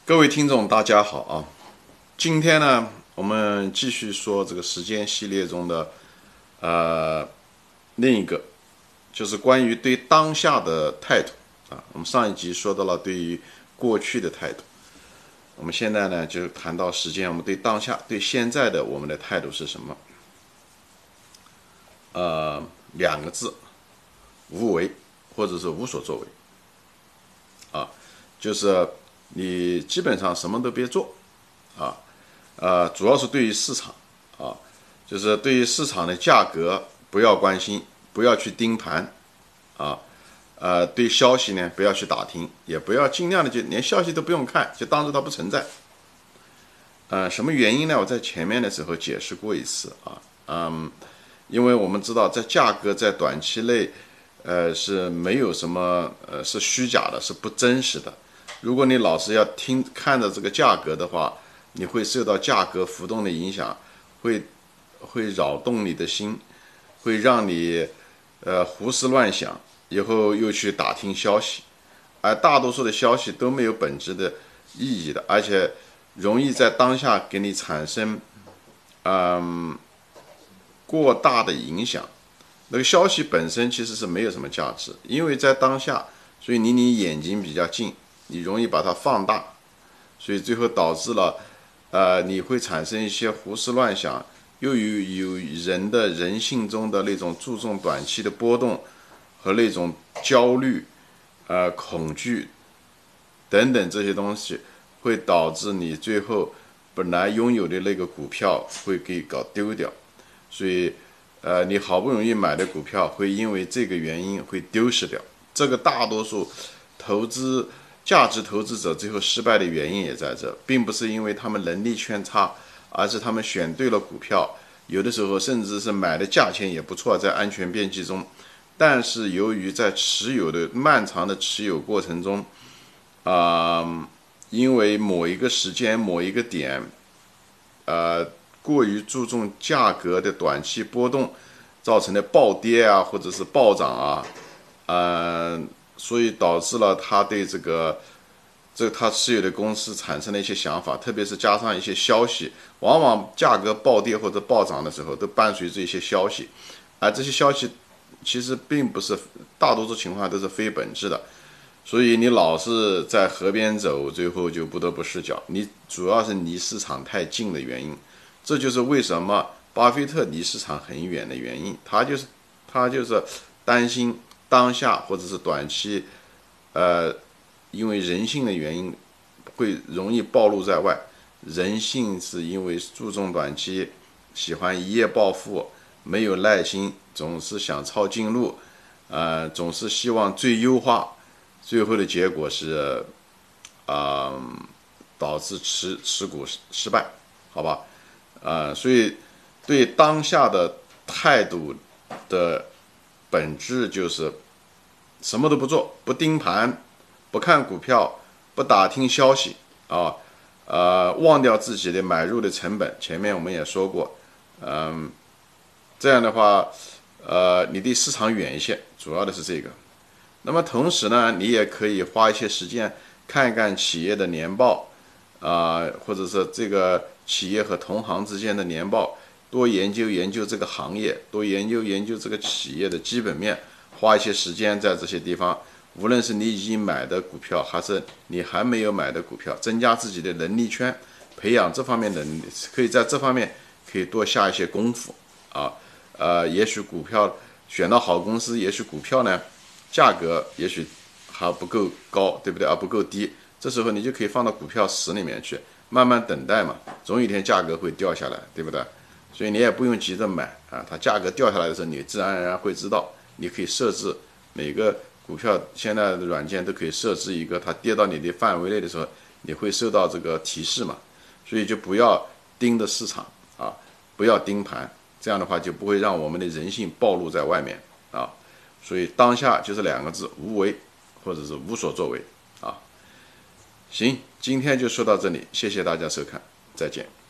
各位听众，大家好啊！今天呢，我们继续说这个时间系列中的另一个，就是关于对当下的态度啊。我们上一集说到了对于过去的态度，我们现在呢就谈到时间，我们对当下、对现在的我们的态度是什么？两个字，无为，或者是无所作为啊，就是你基本上什么都别做啊。主要是对于市场啊，就是对于市场的价格不要关心，不要去盯盘啊。对消息呢不要去打听，也不要尽量的就连消息都不用看，就当做它不存在。什么原因呢？我在前面的时候解释过一次啊。因为我们知道在价格在短期内，是没有什么是虚假的，是不真实的。如果你老是要看着这个价格的话，你会受到价格浮动的影响，会扰动你的心，会让你胡思乱想，以后又去打听消息，而大多数的消息都没有本质的意义的，而且容易在当下给你产生过大的影响。那个消息本身其实是没有什么价值，因为在当下，所以你眼睛比较近，你容易把它放大，所以最后导致了你会产生一些胡思乱想，又有人性中的那种注重短期的波动和那种焦虑、恐惧等等这些东西，会导致你最后本来拥有的那个股票会给搞丢掉。所以你好不容易买的股票会因为这个原因会丢失掉。这个大多数价值投资者最后失败的原因也在这，并不是因为他们能力圈差，而是他们选对了股票，有的时候甚至是买的价钱也不错，在安全边际中，但是由于在漫长的持有过程中，因为某一个时间某一个点，过于注重价格的短期波动造成的暴跌啊，或者是暴涨啊，所以导致了他对这个他持有的公司产生了一些想法，特别是加上一些消息，往往价格暴跌或者暴涨的时候，都伴随着一些消息，而这些消息其实并不是大多数情况都是非本质的，所以你老是在河边走，最后就不得不失脚。你主要是离市场太近的原因。这就是为什么巴菲特离市场很远的原因，他就是担心当下或者是短期，因为人性的原因会容易暴露在外。人性是因为注重短期，喜欢一夜暴富，没有耐心，总是想抄近路，总是希望最优化，最后的结果是，导致持股失败，好吧？所以对当下的态度的本质就是什么都不做，不盯盘，不看股票，不打听消息啊，忘掉自己的买入的成本。前面我们也说过，这样的话，你离市场远一些，主要的是这个。那么同时呢，你也可以花一些时间看一看企业的年报。或者是这个企业和同行之间的年报，多研究研究这个行业，多研究研究这个企业的基本面，花一些时间在这些地方，无论是你已经买的股票，还是你还没有买的股票，增加自己的能力圈，培养这方面的能力，可以在这方面可以多下一些功夫啊。也许股票选到好公司，也许股票呢价格也许还不够高，对不对？不够低。这时候你就可以放到股票池里面去，慢慢等待嘛，总有一天价格会掉下来，对不对？所以你也不用急着买啊，它价格掉下来的时候，你自然而然会知道。你可以设置每个股票，现在的软件都可以设置一个，它跌到你的范围内的时候，你会收到这个提示嘛。所以就不要盯着市场啊，不要盯盘，这样的话就不会让我们的人性暴露在外面啊。所以当下就是两个字：无为，或者是无所作为啊。行，今天就说到这里，谢谢大家收看，再见。